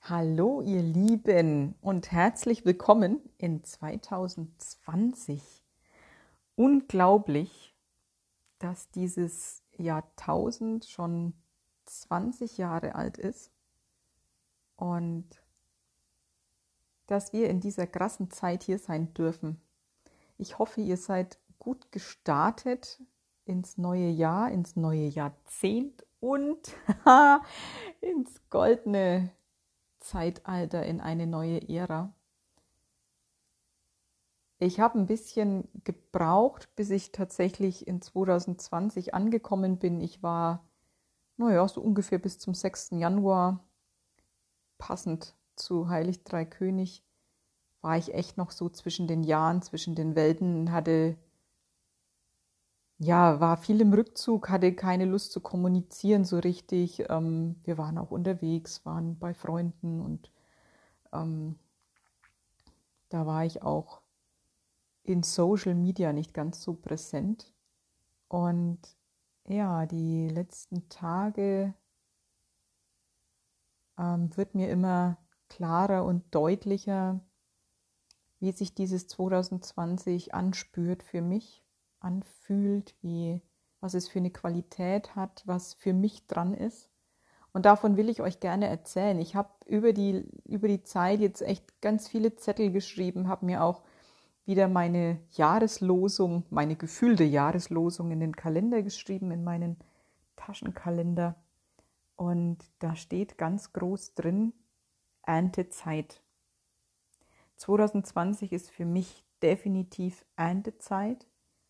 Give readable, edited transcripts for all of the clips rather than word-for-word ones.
Hallo ihr Lieben und herzlich willkommen in 2020. Unglaublich, dass dieses Jahrtausend schon 20 Jahre alt ist und dass wir in dieser krassen Zeit hier sein dürfen. Ich hoffe, ihr seid gut gestartet ins neue Jahr, ins neue Jahrzehnt und ins goldene Zeitalter, in eine neue Ära. Ich habe ein bisschen gebraucht, bis ich tatsächlich in 2020 angekommen bin. Ich war, naja, so ungefähr bis zum 6. Januar, passend zu Heilig Drei König, war ich echt noch so zwischen den Jahren, zwischen den Welten, war viel im Rückzug, hatte keine Lust zu kommunizieren so richtig. Wir waren auch unterwegs, waren bei Freunden und ähm, da war ich auch in Social Media nicht ganz so präsent. Und ja, die letzten Tage wird mir immer klarer und deutlicher, wie sich dieses 2020 anspürt für mich, anfühlt, was es für eine Qualität hat, was für mich dran ist. Und davon will ich euch gerne erzählen. Ich habe über die Zeit jetzt echt ganz viele Zettel geschrieben, habe mir auch wieder meine Jahreslosung, meine gefühlte Jahreslosung in den Kalender geschrieben, in meinen Taschenkalender. Und da steht ganz groß drin, Erntezeit. 2020 ist für mich definitiv Erntezeit.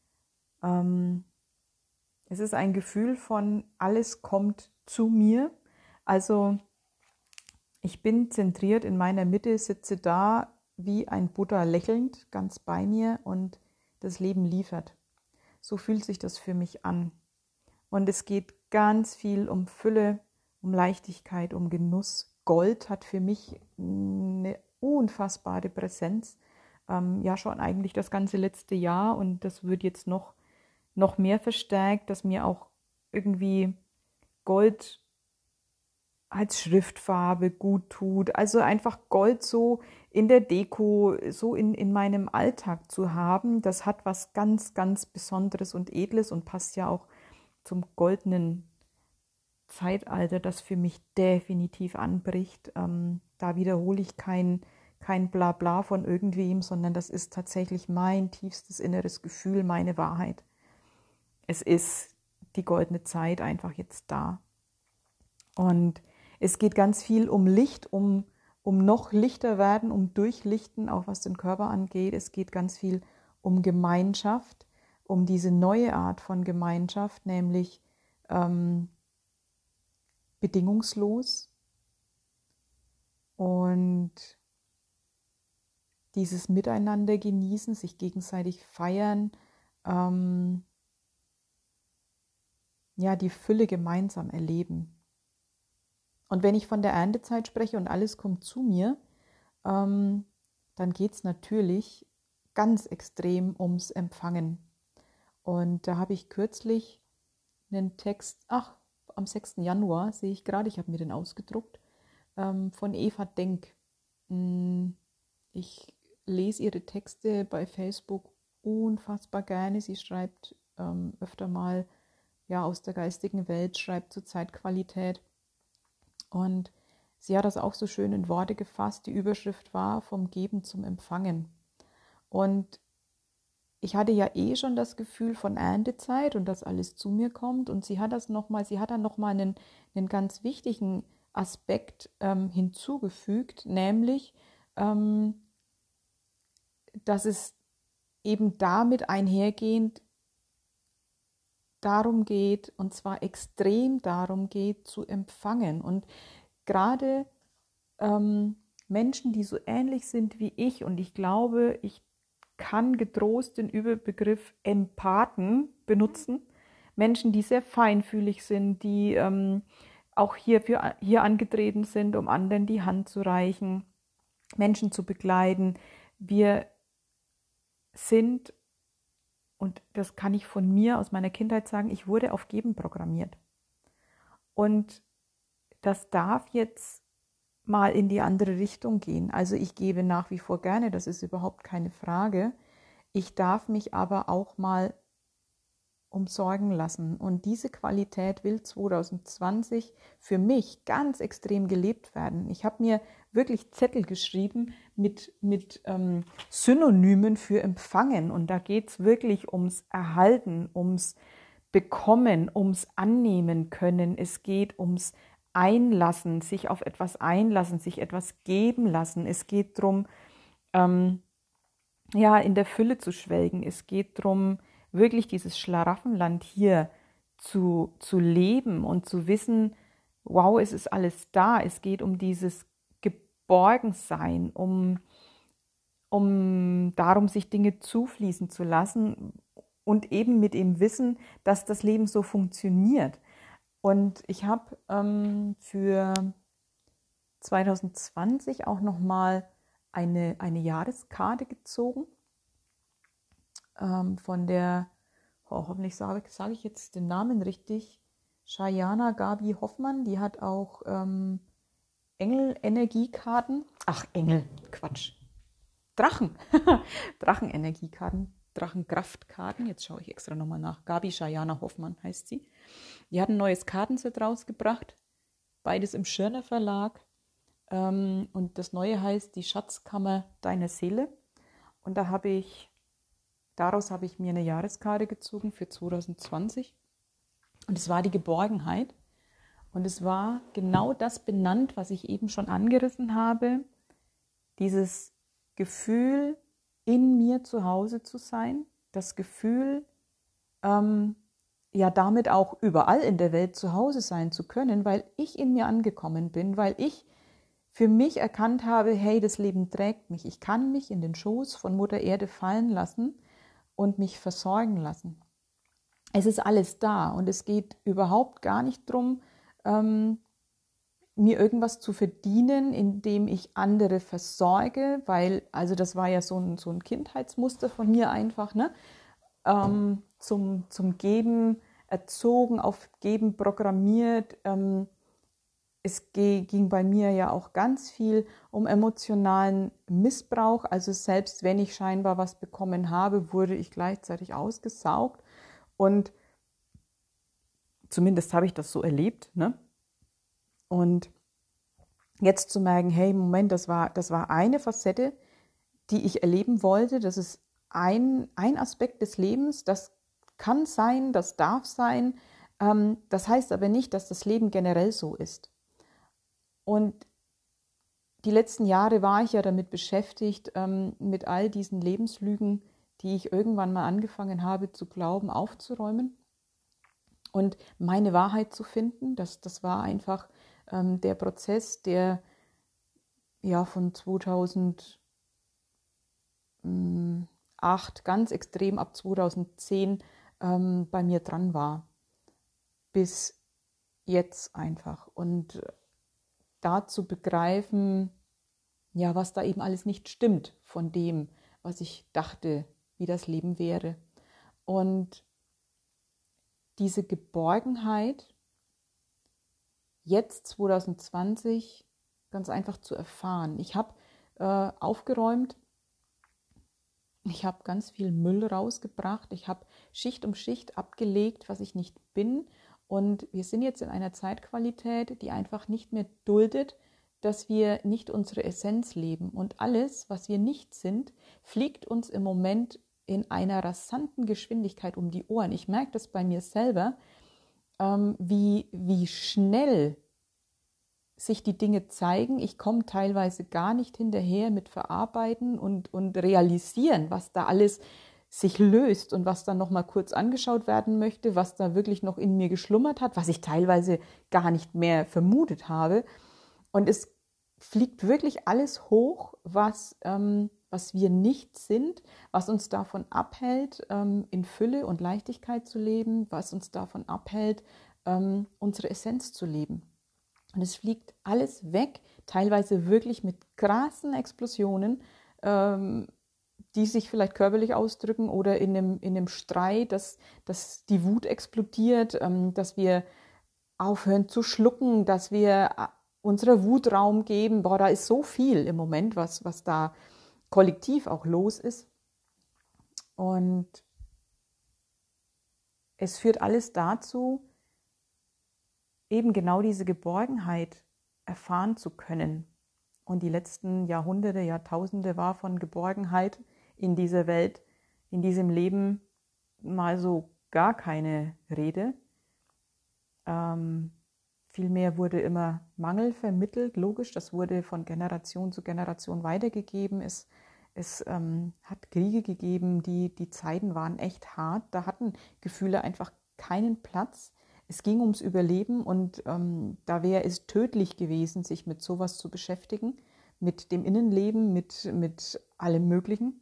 Es ist ein Gefühl von, alles kommt zu mir. Also ich bin zentriert in meiner Mitte, sitze da wie ein Buddha lächelnd, ganz bei mir und das Leben liefert. So fühlt sich das für mich an. Und es geht ganz viel um Fülle, um Leichtigkeit, um Genuss. Gold hat für mich eine unfassbare Präsenz. Ja, schon eigentlich das ganze letzte Jahr und das wird jetzt noch mehr verstärkt, dass mir auch irgendwie Gold als Schriftfarbe gut tut. Also einfach Gold so in der Deko, so in meinem Alltag zu haben, das hat was ganz, ganz Besonderes und Edles und passt ja auch zum goldenen Zeitalter, das für mich definitiv anbricht. Da wiederhole ich kein Blabla von irgendwem, sondern das ist tatsächlich mein tiefstes inneres Gefühl, meine Wahrheit. Es ist die goldene Zeit einfach jetzt da. Und es geht ganz viel um Licht, um noch lichter werden, um durchlichten, auch was den Körper angeht. Es geht ganz viel um Gemeinschaft, um diese neue Art von Gemeinschaft, nämlich bedingungslos und dieses Miteinander genießen, sich gegenseitig feiern, die Fülle gemeinsam erleben. Und wenn ich von der Erntezeit spreche und alles kommt zu mir, dann geht es natürlich ganz extrem ums Empfangen. Und da habe ich kürzlich einen Text, am 6. Januar sehe ich gerade, ich habe mir den ausgedruckt, von Eva Denk. Ich lese ihre Texte bei Facebook unfassbar gerne. Sie schreibt öfter mal aus der geistigen Welt, schreibt zur Zeitqualität. Und sie hat das auch so schön in Worte gefasst. Die Überschrift war vom Geben zum Empfangen. Und ich hatte ja schon das Gefühl von Erntezeit und dass alles zu mir kommt. Und sie hat dann nochmal einen ganz wichtigen Aspekt hinzugefügt, nämlich, dass es eben damit einhergehend darum geht, und zwar extrem darum geht, zu empfangen. Und gerade Menschen, die so ähnlich sind wie ich, und ich glaube, ich kann getrost den Überbegriff Empathen benutzen. Menschen, die sehr feinfühlig sind, die auch hier angetreten sind, um anderen die Hand zu reichen, Menschen zu begleiten. Wir sind, und das kann ich von mir aus meiner Kindheit sagen, ich wurde auf Geben programmiert. Und das darf jetzt mal in die andere Richtung gehen. Also ich gebe nach wie vor gerne, das ist überhaupt keine Frage. Ich darf mich aber auch mal umsorgen lassen. Und diese Qualität will 2020 für mich ganz extrem gelebt werden. Ich habe mir wirklich Zettel geschrieben mit Synonymen für Empfangen. Und da geht es wirklich ums Erhalten, ums Bekommen, ums Annehmen können. Es geht ums Einlassen, sich auf etwas einlassen, sich etwas geben lassen. Es geht darum, ja, in der Fülle zu schwelgen. Es geht darum, wirklich dieses Schlaraffenland hier zu leben und zu wissen, wow, es ist alles da. Es geht um dieses Geborgensein, um darum, sich Dinge zufließen zu lassen und eben mit dem Wissen, dass das Leben so funktioniert. Und ich habe für 2020 auch nochmal eine Jahreskarte gezogen von der, hoffentlich sage ich jetzt den Namen richtig, Shayana Gabi Hoffmann. Die hat auch Engel-Energiekarten. Ach, Engel, Quatsch. Drachen. Drachen-Energiekarten, Drachenkraftkarten. Jetzt schaue ich extra nochmal nach. Gabi Shayana Hoffmann heißt sie. Die hat ein neues Kartenset rausgebracht. Beides im Schirner Verlag. Und das Neue heißt die Schatzkammer deiner Seele. Und daraus habe ich mir eine Jahreskarte gezogen für 2020. Und es war die Geborgenheit. Und es war genau das benannt, was ich eben schon angerissen habe. Dieses Gefühl, in mir zu Hause zu sein. Das Gefühl, ja damit auch überall in der Welt zu Hause sein zu können, weil ich in mir angekommen bin, weil ich für mich erkannt habe, hey, das Leben trägt mich. Ich kann mich in den Schoß von Mutter Erde fallen lassen und mich versorgen lassen. Es ist alles da und es geht überhaupt gar nicht darum, mir irgendwas zu verdienen, indem ich andere versorge, weil, also das war ja so ein Kindheitsmuster von mir einfach, ne? Zum Geben erzogen, auf Geben programmiert. Es ging bei mir ja auch ganz viel um emotionalen Missbrauch. Also selbst wenn ich scheinbar was bekommen habe, wurde ich gleichzeitig ausgesaugt. Und zumindest habe ich das so erlebt, ne? Und jetzt zu merken, hey, Moment, das war eine Facette, die ich erleben wollte. Das ist ein Aspekt des Lebens, das kann sein, das darf sein. Das heißt aber nicht, dass das Leben generell so ist. Und die letzten Jahre war ich ja damit beschäftigt, mit all diesen Lebenslügen, die ich irgendwann mal angefangen habe zu glauben, aufzuräumen und meine Wahrheit zu finden. Das war einfach der Prozess, der ja von 2008 ganz extrem ab 2010 bei mir dran war, bis jetzt einfach. Und da zu begreifen, ja, was da eben alles nicht stimmt von dem, was ich dachte, wie das Leben wäre. Und diese Geborgenheit jetzt 2020 ganz einfach zu erfahren. Ich habe aufgeräumt, ich habe ganz viel Müll rausgebracht, ich habe Schicht um Schicht abgelegt, was ich nicht bin. Und wir sind jetzt in einer Zeitqualität, die einfach nicht mehr duldet, dass wir nicht unsere Essenz leben. Und alles, was wir nicht sind, fliegt uns im Moment in einer rasanten Geschwindigkeit um die Ohren. Ich merke das bei mir selber, wie schnell sich die Dinge zeigen. Ich komme teilweise gar nicht hinterher mit Verarbeiten und realisieren, was da alles sich löst und was dann nochmal kurz angeschaut werden möchte, was da wirklich noch in mir geschlummert hat, was ich teilweise gar nicht mehr vermutet habe. Und es fliegt wirklich alles hoch, was wir nicht sind, was uns davon abhält, in Fülle und Leichtigkeit zu leben, was uns davon abhält, unsere Essenz zu leben. Und es fliegt alles weg, teilweise wirklich mit krassen Explosionen, die sich vielleicht körperlich ausdrücken oder in einem Streit, dass die Wut explodiert, dass wir aufhören zu schlucken, dass wir unserer Wut Raum geben. Boah, da ist so viel im Moment, was da kollektiv auch los ist. Und es führt alles dazu, eben genau diese Geborgenheit erfahren zu können. Und die letzten Jahrhunderte, Jahrtausende war von Geborgenheit in dieser Welt, in diesem Leben mal so gar keine Rede. Vielmehr wurde immer Mangel vermittelt, logisch, das wurde von Generation zu Generation weitergegeben. Es hat Kriege gegeben, die Zeiten waren echt hart, da hatten Gefühle einfach keinen Platz. Es ging ums Überleben und da wäre es tödlich gewesen, sich mit sowas zu beschäftigen, mit dem Innenleben, mit allem Möglichen.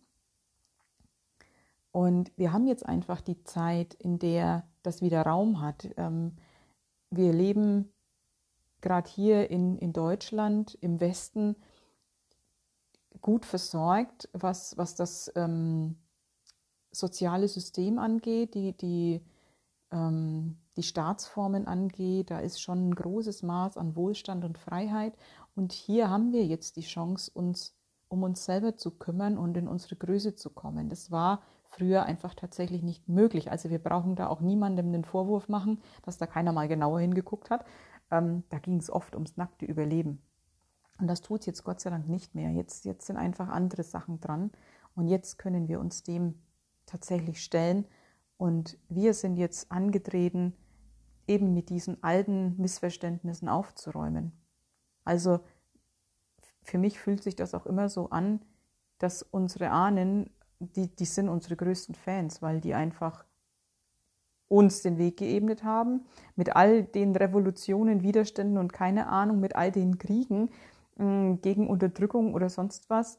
Und wir haben jetzt einfach die Zeit, in der das wieder Raum hat. Wir leben gerade hier in Deutschland, im Westen, gut versorgt, was das soziale System angeht, die Staatsformen angeht. Da ist schon ein großes Maß an Wohlstand und Freiheit. Und hier haben wir jetzt die Chance, uns um uns selber zu kümmern und in unsere Größe zu kommen. Das war früher einfach tatsächlich nicht möglich. Also wir brauchen da auch niemandem den Vorwurf machen, dass da keiner mal genauer hingeguckt hat. Da ging es oft ums nackte Überleben. Und das tut es jetzt Gott sei Dank nicht mehr. Jetzt sind einfach andere Sachen dran. Und jetzt können wir uns dem tatsächlich stellen. Und wir sind jetzt angetreten, eben mit diesen alten Missverständnissen aufzuräumen. Also für mich fühlt sich das auch immer so an, dass unsere Ahnen, die sind unsere größten Fans, weil die einfach uns den Weg geebnet haben, mit all den Revolutionen, Widerständen und keine Ahnung, mit all den Kriegen gegen Unterdrückung oder sonst was,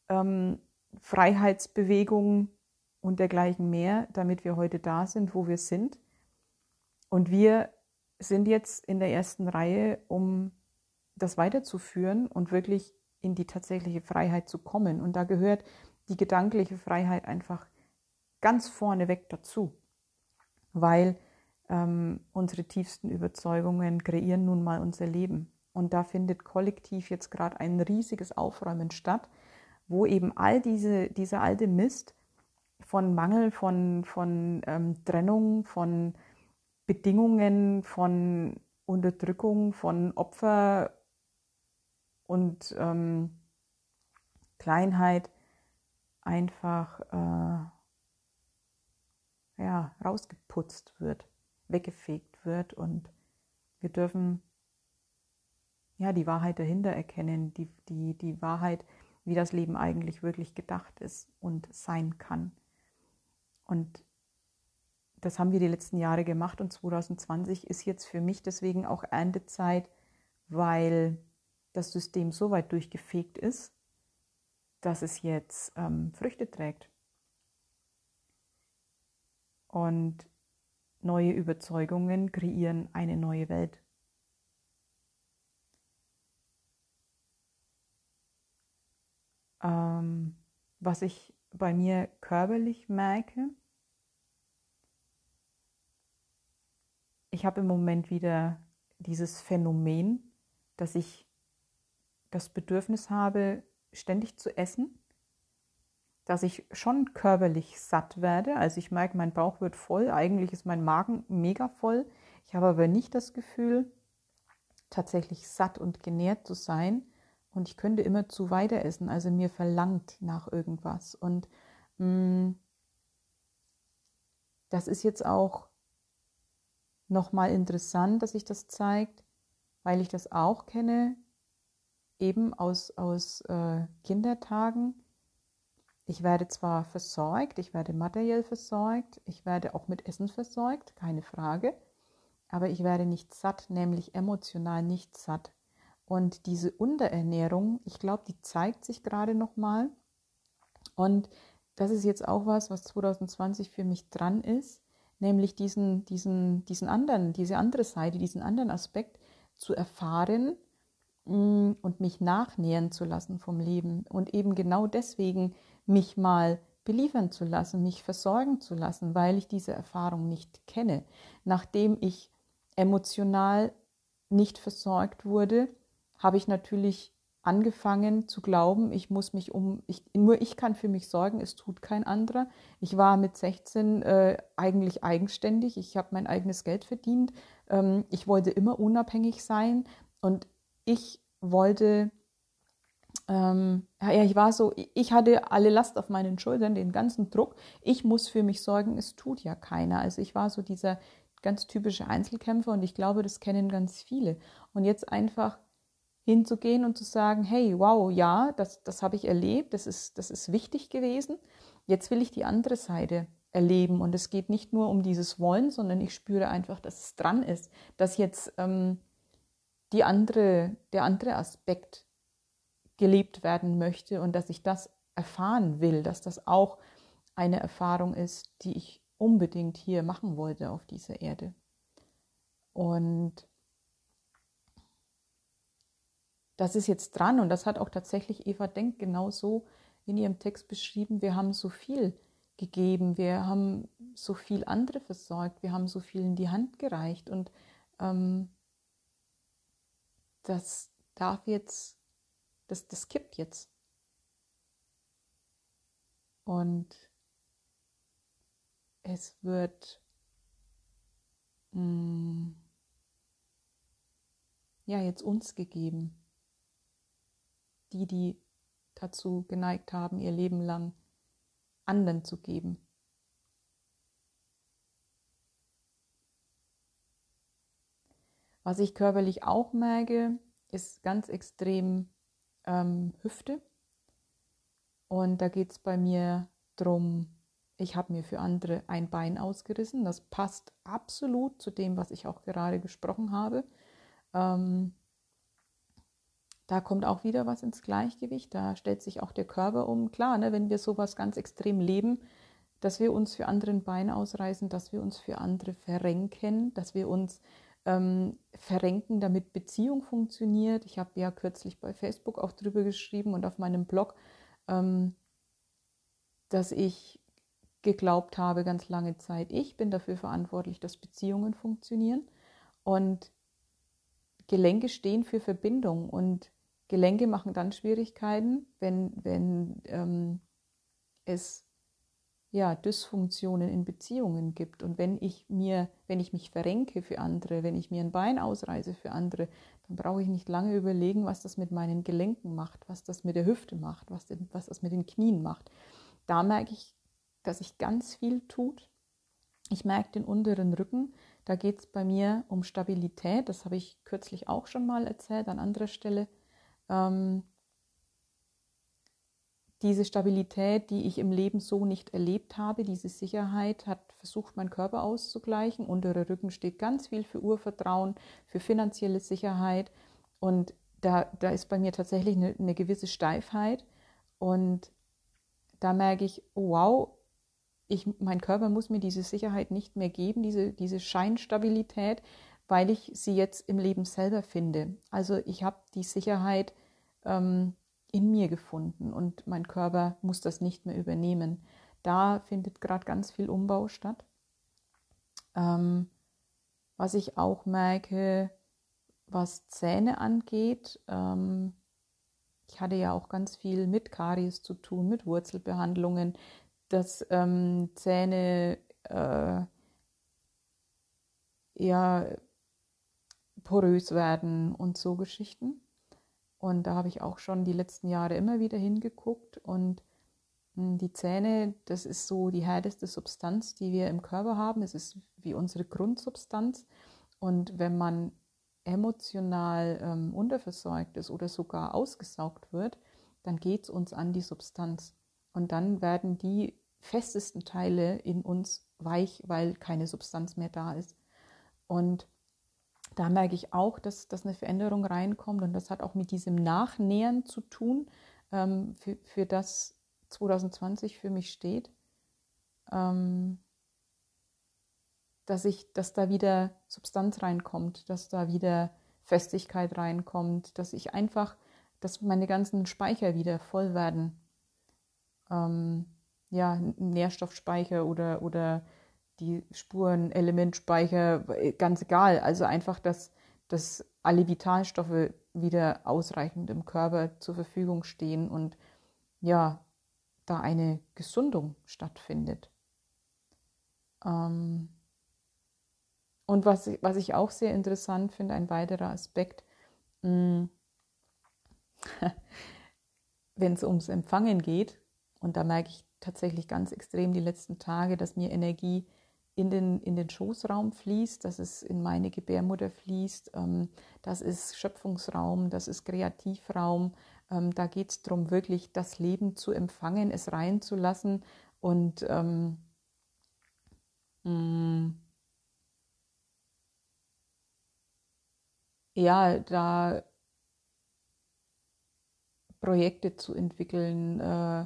Freiheitsbewegungen und dergleichen mehr, damit wir heute da sind, wo wir sind. Und wir sind jetzt in der ersten Reihe, um das weiterzuführen und wirklich in die tatsächliche Freiheit zu kommen. Und da gehört die gedankliche Freiheit einfach ganz vorneweg dazu, weil unsere tiefsten Überzeugungen kreieren nun mal unser Leben. Und da findet kollektiv jetzt gerade ein riesiges Aufräumen statt, wo eben all dieser alte Mist von Mangel, von Trennung, von Bedingungen, von Unterdrückung, von Opfer und Kleinheit einfach rausgeputzt wird, weggefegt wird. Und wir dürfen die Wahrheit dahinter erkennen, die Wahrheit, wie das Leben eigentlich wirklich gedacht ist und sein kann. Und das haben wir die letzten Jahre gemacht und 2020 ist jetzt für mich deswegen auch Erntezeit, weil das System so weit durchgefegt ist, dass es jetzt Früchte trägt. Und neue Überzeugungen kreieren eine neue Welt. Was ich bei mir körperlich merke, ich habe im Moment wieder dieses Phänomen, dass ich das Bedürfnis habe, ständig zu essen, dass ich schon körperlich satt werde. Also ich merke, mein Bauch wird voll, eigentlich ist mein Magen mega voll. Ich habe aber nicht das Gefühl, tatsächlich satt und genährt zu sein. Und ich könnte immerzu weiter essen, also mir verlangt nach irgendwas. Und das ist jetzt auch nochmal interessant, dass sich das zeigt, weil ich das auch kenne, eben aus Kindertagen. Ich werde zwar versorgt, ich werde materiell versorgt, ich werde auch mit Essen versorgt, keine Frage, aber ich werde nicht satt, nämlich emotional nicht satt. Und diese Unterernährung, ich glaube, die zeigt sich gerade nochmal. Und das ist jetzt auch was 2020 für mich dran ist, nämlich diese andere Seite, diesen anderen Aspekt zu erfahren und mich nachnähern zu lassen vom Leben. Und eben genau deswegen mich mal beliefern zu lassen, mich versorgen zu lassen, weil ich diese Erfahrung nicht kenne. Nachdem ich emotional nicht versorgt wurde, habe ich natürlich angefangen zu glauben, nur ich kann für mich sorgen, es tut kein anderer. Ich war mit 16 eigentlich eigenständig, ich habe mein eigenes Geld verdient, ich wollte immer unabhängig sein und ich wollte, ich war so, ich hatte alle Last auf meinen Schultern, den ganzen Druck, ich muss für mich sorgen, es tut ja keiner. Also ich war so dieser ganz typische Einzelkämpfer und ich glaube, das kennen ganz viele. Und jetzt einfach hinzugehen und zu sagen, hey, wow, ja, das habe ich erlebt, das ist wichtig gewesen. Jetzt will ich die andere Seite erleben. Und es geht nicht nur um dieses Wollen, sondern ich spüre einfach, dass es dran ist, dass jetzt der andere Aspekt gelebt werden möchte und dass ich das erfahren will, dass das auch eine Erfahrung ist, die ich unbedingt hier machen wollte auf dieser Erde. Und das ist jetzt dran und das hat auch tatsächlich Eva Denk genauso in ihrem Text beschrieben. Wir haben so viel gegeben, wir haben so viel andere versorgt, wir haben so viel in die Hand gereicht und das darf jetzt, das kippt jetzt. Und es wird jetzt uns gegeben, die dazu geneigt haben, ihr Leben lang anderen zu geben. Was ich körperlich auch merke, ist ganz extrem Hüfte. Und da geht es bei mir drum, ich habe mir für andere ein Bein ausgerissen. Das passt absolut zu dem, was ich auch gerade gesprochen habe. Da kommt auch wieder was ins Gleichgewicht. Da stellt sich auch der Körper um. Klar, ne, wenn wir sowas ganz extrem leben, dass wir uns für andere ein Bein ausreißen, dass wir uns für andere verrenken, dass wir uns verrenken, damit Beziehung funktioniert. Ich habe ja kürzlich bei Facebook auch drüber geschrieben und auf meinem Blog, dass ich geglaubt habe ganz lange Zeit, ich bin dafür verantwortlich, dass Beziehungen funktionieren und Gelenke stehen für Verbindung und Gelenke machen dann Schwierigkeiten, wenn es Dysfunktionen in Beziehungen gibt. Und wenn ich mich verrenke für andere, wenn ich mir ein Bein ausreiße für andere, dann brauche ich nicht lange überlegen, was das mit meinen Gelenken macht, was das mit der Hüfte macht, was das mit den Knien macht. Da merke ich, dass sich ganz viel tut. Ich merke den unteren Rücken, da geht es bei mir um Stabilität, das habe ich kürzlich auch schon mal erzählt an anderer Stelle. Diese Stabilität, die ich im Leben so nicht erlebt habe, diese Sicherheit hat versucht, meinen Körper auszugleichen. Unterer Rücken steht ganz viel für Urvertrauen, für finanzielle Sicherheit und da ist bei mir tatsächlich eine gewisse Steifheit und da merke ich, oh wow, mein Körper muss mir diese Sicherheit nicht mehr geben, diese Scheinstabilität, weil ich sie jetzt im Leben selber finde. Also ich habe die Sicherheit in mir gefunden und mein Körper muss das nicht mehr übernehmen. Da findet gerade ganz viel Umbau statt. Was ich auch merke, was Zähne angeht, ich hatte ja auch ganz viel mit Karies zu tun, mit Wurzelbehandlungen, dass Zähne porös werden und so Geschichten. Und da habe ich auch schon die letzten Jahre immer wieder hingeguckt. Und die Zähne, das ist so die härteste Substanz, die wir im Körper haben. Es ist wie unsere Grundsubstanz. Und wenn man emotional unterversorgt ist oder sogar ausgesaugt wird, dann geht es uns an die Substanz. Und dann werden die festesten Teile in uns weich, weil keine Substanz mehr da ist. Und da merke ich auch, dass eine Veränderung reinkommt und das hat auch mit diesem Nachnähern zu tun, für das 2020 für mich steht, dass da wieder Substanz reinkommt, dass da wieder Festigkeit reinkommt, dass meine ganzen Speicher wieder voll werden. Nährstoffspeicher oder die Spurenelementspeicher, ganz egal. Also einfach, dass dass alle Vitalstoffe wieder ausreichend im Körper zur Verfügung stehen und ja, da eine Gesundung stattfindet. Und was ich auch sehr interessant finde, ein weiterer Aspekt, wenn es ums Empfangen geht, und da merke ich tatsächlich ganz extrem die letzten Tage, dass mir Energie in den Schoßraum fließt, dass es in meine Gebärmutter fließt, das ist Schöpfungsraum, das ist Kreativraum, da geht es darum, wirklich das Leben zu empfangen, es reinzulassen und ja, da Projekte zu entwickeln,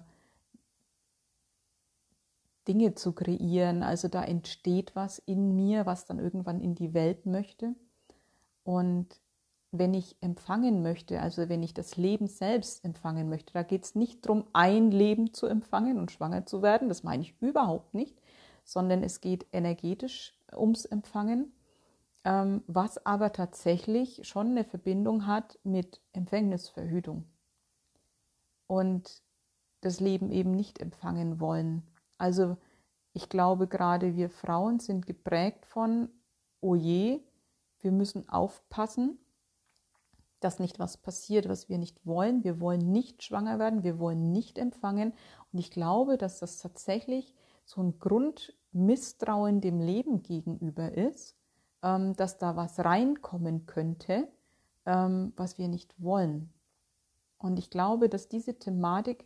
Dinge zu kreieren. Also da entsteht was in mir, was dann irgendwann in die Welt möchte. Und wenn ich empfangen möchte, also wenn ich das Leben selbst empfangen möchte, da geht es nicht darum, ein Leben zu empfangen und schwanger zu werden, das meine ich überhaupt nicht, sondern es geht energetisch ums Empfangen, was aber tatsächlich schon eine Verbindung hat mit Empfängnisverhütung und das Leben eben nicht empfangen wollen. Also ich glaube, gerade wir Frauen sind geprägt von, oh je, wir müssen aufpassen, dass nicht was passiert, was wir nicht wollen. Wir wollen nicht schwanger werden, wir wollen nicht empfangen. Und ich glaube, dass das tatsächlich so ein Grundmisstrauen dem Leben gegenüber ist, dass da was reinkommen könnte, was wir nicht wollen. Und ich glaube, dass diese Thematik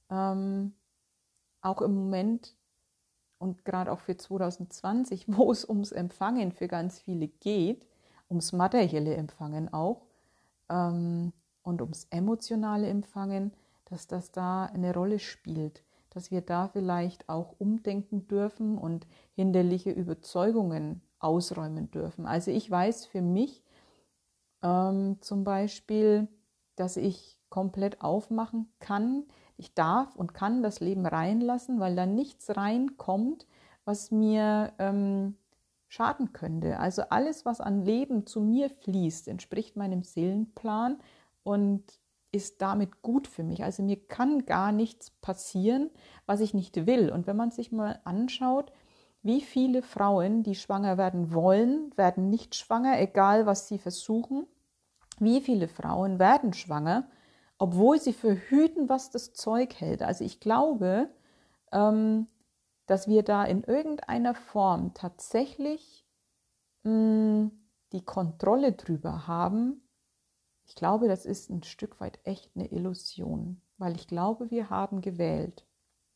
auch im Moment und gerade auch für 2020, wo es ums Empfangen für ganz viele geht, ums materielle Empfangen auch und ums emotionale Empfangen, dass das da eine Rolle spielt, dass wir da vielleicht auch umdenken dürfen und hinderliche Überzeugungen ausräumen dürfen. Also ich weiß für mich zum Beispiel, dass ich komplett aufmachen kann. Ich darf und kann das Leben reinlassen, weil da nichts reinkommt, was mir schaden könnte. Also alles, was an Leben zu mir fließt, entspricht meinem Seelenplan und ist damit gut für mich. Also mir kann gar nichts passieren, was ich nicht will. Und wenn man sich mal anschaut, wie viele Frauen, die schwanger werden wollen, werden nicht schwanger, egal was sie versuchen. Wie viele Frauen werden schwanger, obwohl sie verhüten, was das Zeug hält. Also ich glaube, dass wir da in irgendeiner Form tatsächlich die Kontrolle drüber haben. Ich glaube, das ist ein Stück weit echt eine Illusion, weil ich glaube, wir haben gewählt.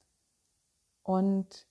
Und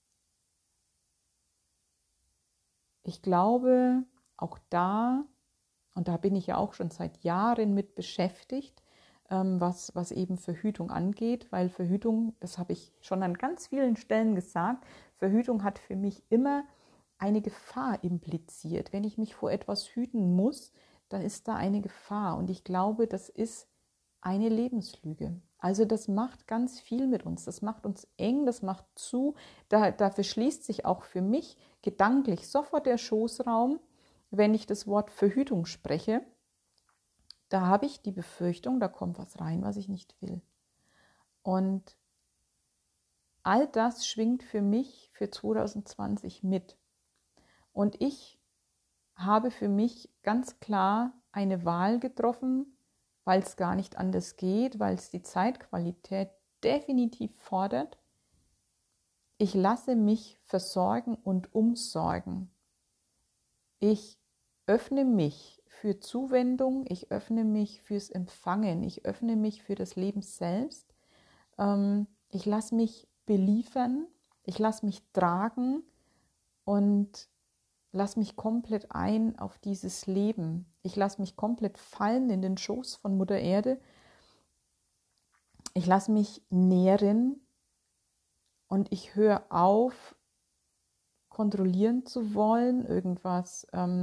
ich glaube, auch da, und da bin ich ja auch schon seit Jahren mit beschäftigt, was eben Verhütung angeht, weil Verhütung, das habe ich schon an ganz vielen Stellen gesagt, Verhütung hat für mich immer eine Gefahr impliziert. Wenn ich mich vor etwas hüten muss, dann ist da eine Gefahr. Und ich glaube, das ist eine Lebenslüge. Also das macht ganz viel mit uns. Das macht uns eng, das macht zu. Da verschließt sich auch für mich gedanklich sofort der Schoßraum, wenn ich das Wort Verhütung spreche. Da habe ich die Befürchtung, da kommt was rein, was ich nicht will. Und all das schwingt für mich für 2020 mit. Und ich habe für mich ganz klar eine Wahl getroffen, weil es gar nicht anders geht, weil es die Zeitqualität definitiv fordert. Ich lasse mich versorgen und umsorgen. Ich öffne mich für Zuwendung, ich öffne mich fürs Empfangen, ich öffne mich für das Leben selbst. Ich lasse mich beliefern, ich lasse mich tragen und lasse mich komplett ein auf dieses Leben. Ich lasse mich komplett fallen in den Schoß von Mutter Erde. Ich lasse mich nähren und ich höre auf, kontrollieren zu wollen, irgendwas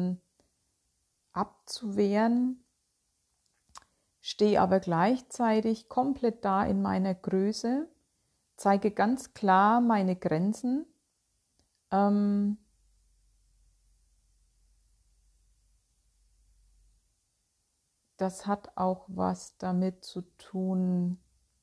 abzuwehren, stehe aber gleichzeitig komplett da in meiner Größe, zeige ganz klar meine Grenzen, das hat auch was damit zu tun,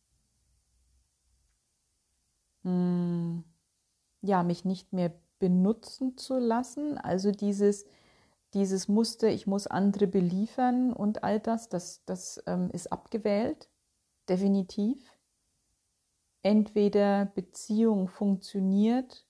ja, mich nicht mehr benutzen zu lassen. Also dieses Muster, ich muss andere beliefern und all das ist abgewählt, definitiv. Entweder Beziehung funktioniert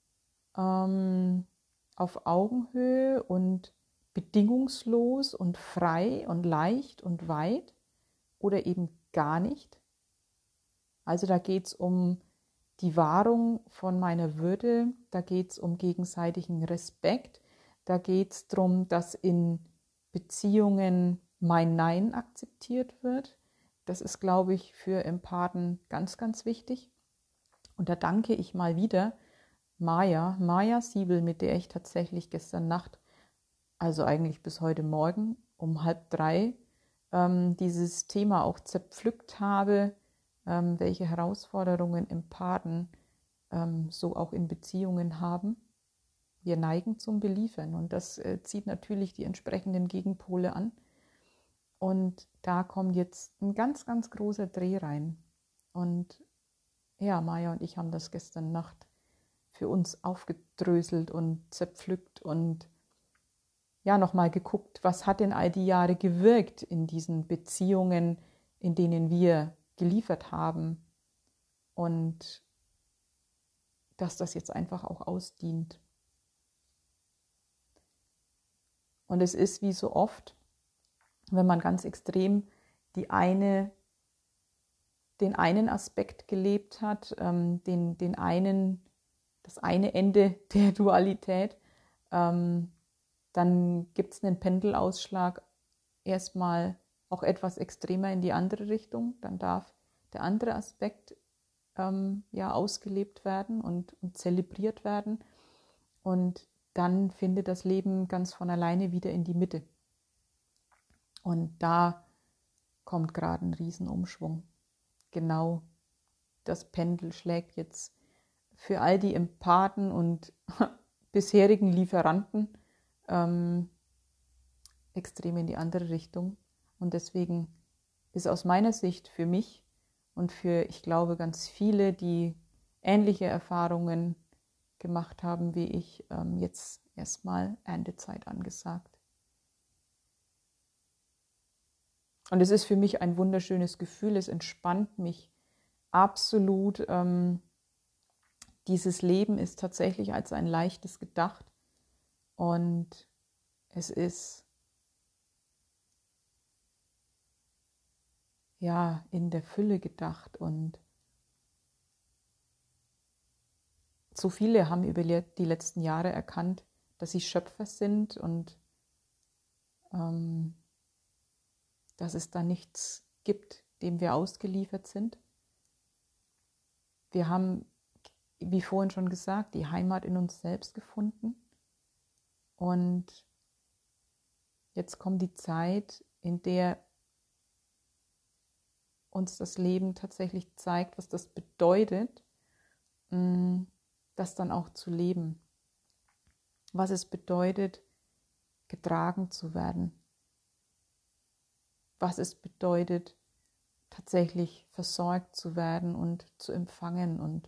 auf Augenhöhe und bedingungslos und frei und leicht und weit oder eben gar nicht. Also da geht es um die Wahrung von meiner Würde, da geht es um gegenseitigen Respekt, da geht es darum, dass in Beziehungen mein Nein akzeptiert wird. Das ist, glaube ich, für Empathen ganz, ganz wichtig. Und da danke ich mal wieder Maja Siebel, mit der ich tatsächlich gestern Nacht, also eigentlich bis heute Morgen um 2:30, dieses Thema auch zerpflückt habe, welche Herausforderungen Empathen so auch in Beziehungen haben. Wir neigen zum Beliefern und das zieht natürlich die entsprechenden Gegenpole an. Und da kommt jetzt ein ganz, ganz großer Dreh rein. Und ja, Maja und ich haben das gestern Nacht für uns aufgedröselt und zerpflückt und ja, nochmal geguckt, was hat denn all die Jahre gewirkt in diesen Beziehungen, in denen wir geliefert haben und dass das jetzt einfach auch ausdient. Und es ist wie so oft, wenn man ganz extrem den einen Aspekt gelebt hat, das eine Ende der Dualität, dann gibt es einen Pendelausschlag erstmal auch etwas extremer in die andere Richtung. Dann darf der andere Aspekt ausgelebt werden und zelebriert werden. Und dann findet das Leben ganz von alleine wieder in die Mitte. Und da kommt gerade ein Riesenumschwung. Genau das Pendel schlägt jetzt für all die Empathen und bisherigen Lieferanten extrem in die andere Richtung. Und deswegen ist aus meiner Sicht für mich und für, ich glaube, ganz viele, die ähnliche Erfahrungen gemacht haben wie ich, jetzt erstmal Erntezeit angesagt. Und es ist für mich ein wunderschönes Gefühl, es entspannt mich absolut. Dieses Leben ist tatsächlich als ein leichtes gedacht und es ist ja in der Fülle gedacht und so viele haben über die letzten Jahre erkannt, dass sie Schöpfer sind und dass es da nichts gibt, dem wir ausgeliefert sind. Wir haben, wie vorhin schon gesagt, die Heimat in uns selbst gefunden und jetzt kommt die Zeit, in der uns das Leben tatsächlich zeigt, was das bedeutet, das dann auch zu leben. Was es bedeutet, getragen zu werden. Was es bedeutet, tatsächlich versorgt zu werden und zu empfangen und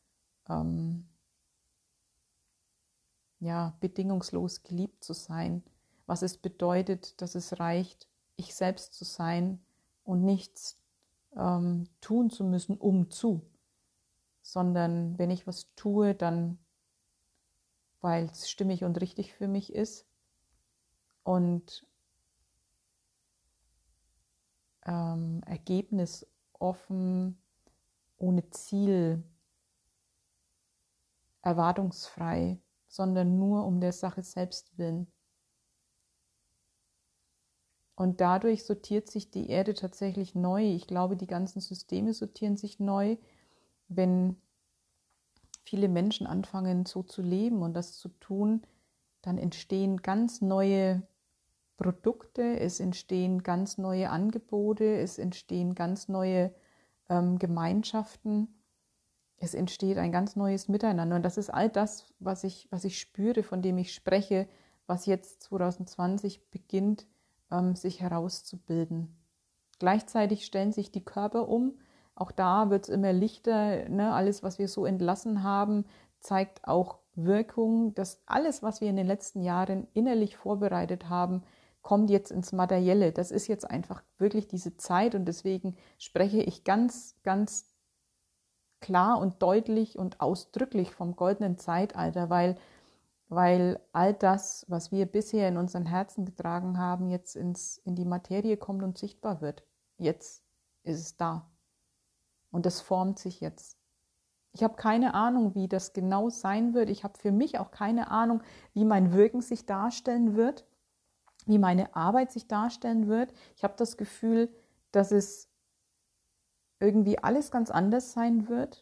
bedingungslos geliebt zu sein. Was es bedeutet, dass es reicht, ich selbst zu sein und nichts tun zu müssen, sondern wenn ich was tue, dann weil es stimmig und richtig für mich ist und ergebnisoffen, ohne Ziel, erwartungsfrei, sondern nur um der Sache selbst willen. Und dadurch sortiert sich die Erde tatsächlich neu. Ich glaube, die ganzen Systeme sortieren sich neu, wenn viele Menschen anfangen, so zu leben und das zu tun, dann entstehen ganz neue Produkte, es entstehen ganz neue Angebote, es entstehen ganz neue Gemeinschaften, es entsteht ein ganz neues Miteinander. Und das ist all das, was ich spüre, von dem ich spreche, was jetzt 2020 beginnt, sich herauszubilden. Gleichzeitig stellen sich die Körper um. Auch da wird es immer lichter. Ne? Alles, was wir so entlassen haben, zeigt auch Wirkung. Dass alles, was wir in den letzten Jahren innerlich vorbereitet haben, kommt jetzt ins Materielle. Das ist jetzt einfach wirklich diese Zeit und deswegen spreche ich ganz, ganz klar und deutlich und ausdrücklich vom goldenen Zeitalter, weil all das, was wir bisher in unseren Herzen getragen haben, jetzt in die Materie kommt und sichtbar wird. Jetzt ist es da. Und das formt sich jetzt. Ich habe keine Ahnung, wie das genau sein wird. Ich habe für mich auch keine Ahnung, wie mein Wirken sich darstellen wird, wie meine Arbeit sich darstellen wird. Ich habe das Gefühl, dass es irgendwie alles ganz anders sein wird.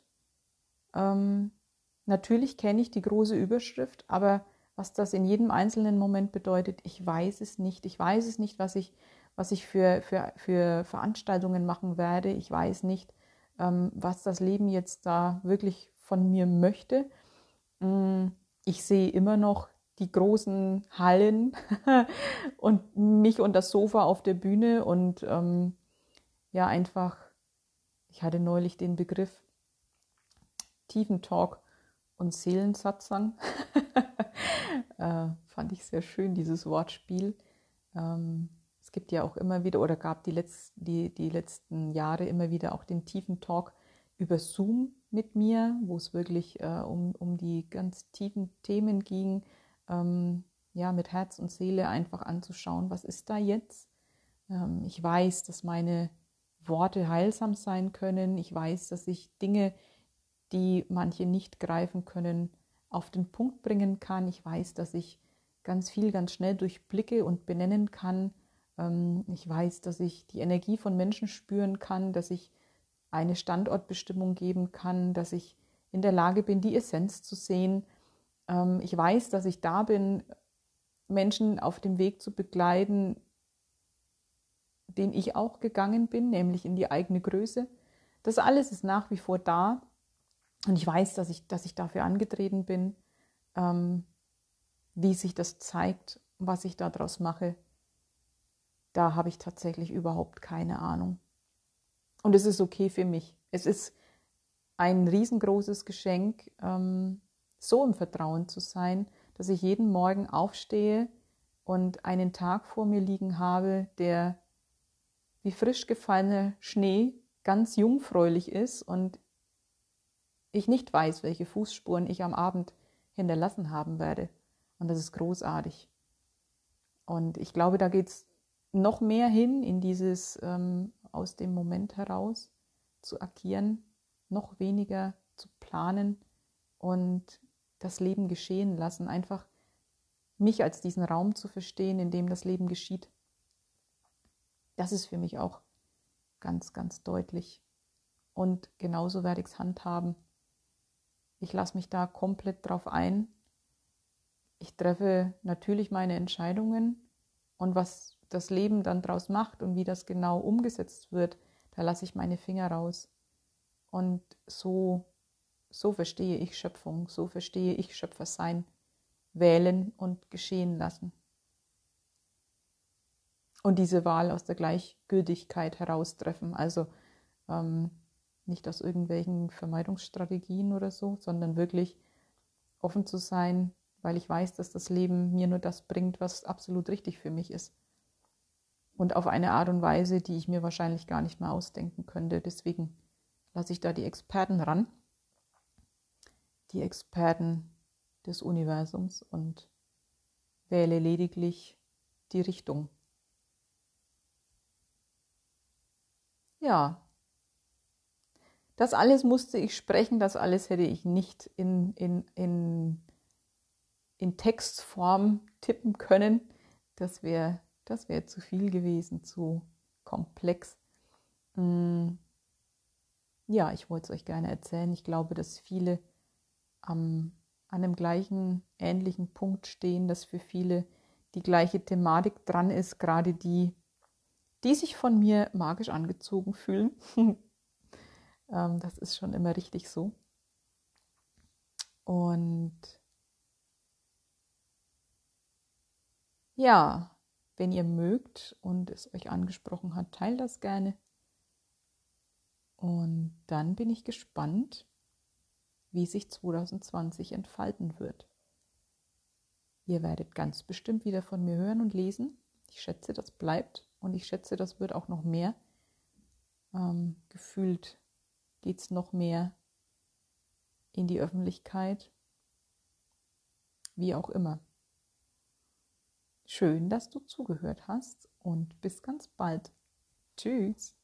Natürlich kenne ich die große Überschrift, aber was das in jedem einzelnen Moment bedeutet, ich weiß es nicht. Ich weiß es nicht, was ich für Veranstaltungen machen werde. Ich weiß nicht, was das Leben jetzt da wirklich von mir möchte. Ich sehe immer noch die großen Hallen und mich und das Sofa auf der Bühne und ja, einfach, ich hatte neulich den Begriff Tiefentalk und Seelensatzang. Fand ich sehr schön, dieses Wortspiel. Es gibt ja auch immer wieder, oder gab die letzten Jahre immer wieder auch den Tiefentalk über Zoom mit mir, wo es wirklich um die ganz tiefen Themen ging, ja, mit Herz und Seele einfach anzuschauen, was ist da jetzt? Ich weiß, dass meine Worte heilsam sein können. Ich weiß, dass ich Dinge, die manche nicht greifen können, auf den Punkt bringen kann. Ich weiß, dass ich ganz viel ganz schnell durchblicke und benennen kann. Ich weiß, dass ich die Energie von Menschen spüren kann, dass ich eine Standortbestimmung geben kann, dass ich in der Lage bin, die Essenz zu sehen. Ich weiß, dass ich da bin, Menschen auf dem Weg zu begleiten, den ich auch gegangen bin, nämlich in die eigene Größe. Das alles ist nach wie vor da. Und ich weiß, dass ich dafür angetreten bin, wie sich das zeigt, was ich daraus mache. Da habe ich tatsächlich überhaupt keine Ahnung. Und es ist okay für mich. Es ist ein riesengroßes Geschenk, so im Vertrauen zu sein, dass ich jeden Morgen aufstehe und einen Tag vor mir liegen habe, der wie frisch gefallener Schnee ganz jungfräulich ist und ich nicht weiß, welche Fußspuren ich am Abend hinterlassen haben werde. Und das ist großartig. Und ich glaube, da geht es noch mehr hin in dieses aus dem Moment heraus zu agieren, noch weniger zu planen und das Leben geschehen lassen. Einfach mich als diesen Raum zu verstehen, in dem das Leben geschieht. Das ist für mich auch ganz, ganz deutlich. Und genauso werde ich es handhaben. Ich lasse mich da komplett drauf ein. Ich treffe natürlich meine Entscheidungen und was das Leben dann draus macht und wie das genau umgesetzt wird, da lasse ich meine Finger raus. Und so verstehe ich Schöpfung, so verstehe ich Schöpfersein, wählen und geschehen lassen. Und diese Wahl aus der Gleichgültigkeit heraustreffen, also nicht aus irgendwelchen Vermeidungsstrategien oder so, sondern wirklich offen zu sein, weil ich weiß, dass das Leben mir nur das bringt, was absolut richtig für mich ist. Und auf eine Art und Weise, die ich mir wahrscheinlich gar nicht mehr ausdenken könnte. Deswegen lasse ich da die Experten ran, die Experten des Universums und wähle lediglich die Richtung. Ja, das alles musste ich sprechen, das alles hätte ich nicht in Textform tippen können. Das wäre zu viel gewesen, zu komplex. Ja, ich wollte es euch gerne erzählen. Ich glaube, dass viele an einem gleichen, ähnlichen Punkt stehen, dass für viele die gleiche Thematik dran ist, gerade die sich von mir magisch angezogen fühlen. Das ist schon immer richtig so. Und ja, Wenn ihr mögt und es euch angesprochen hat, teilt das gerne. Und dann bin ich gespannt, wie sich 2020 entfalten wird. Ihr werdet ganz bestimmt wieder von mir hören und lesen. Ich schätze, das bleibt und ich schätze, das wird auch noch mehr. Gefühlt geht es noch mehr in die Öffentlichkeit. Wie auch immer. Schön, dass du zugehört hast und bis ganz bald. Tschüss.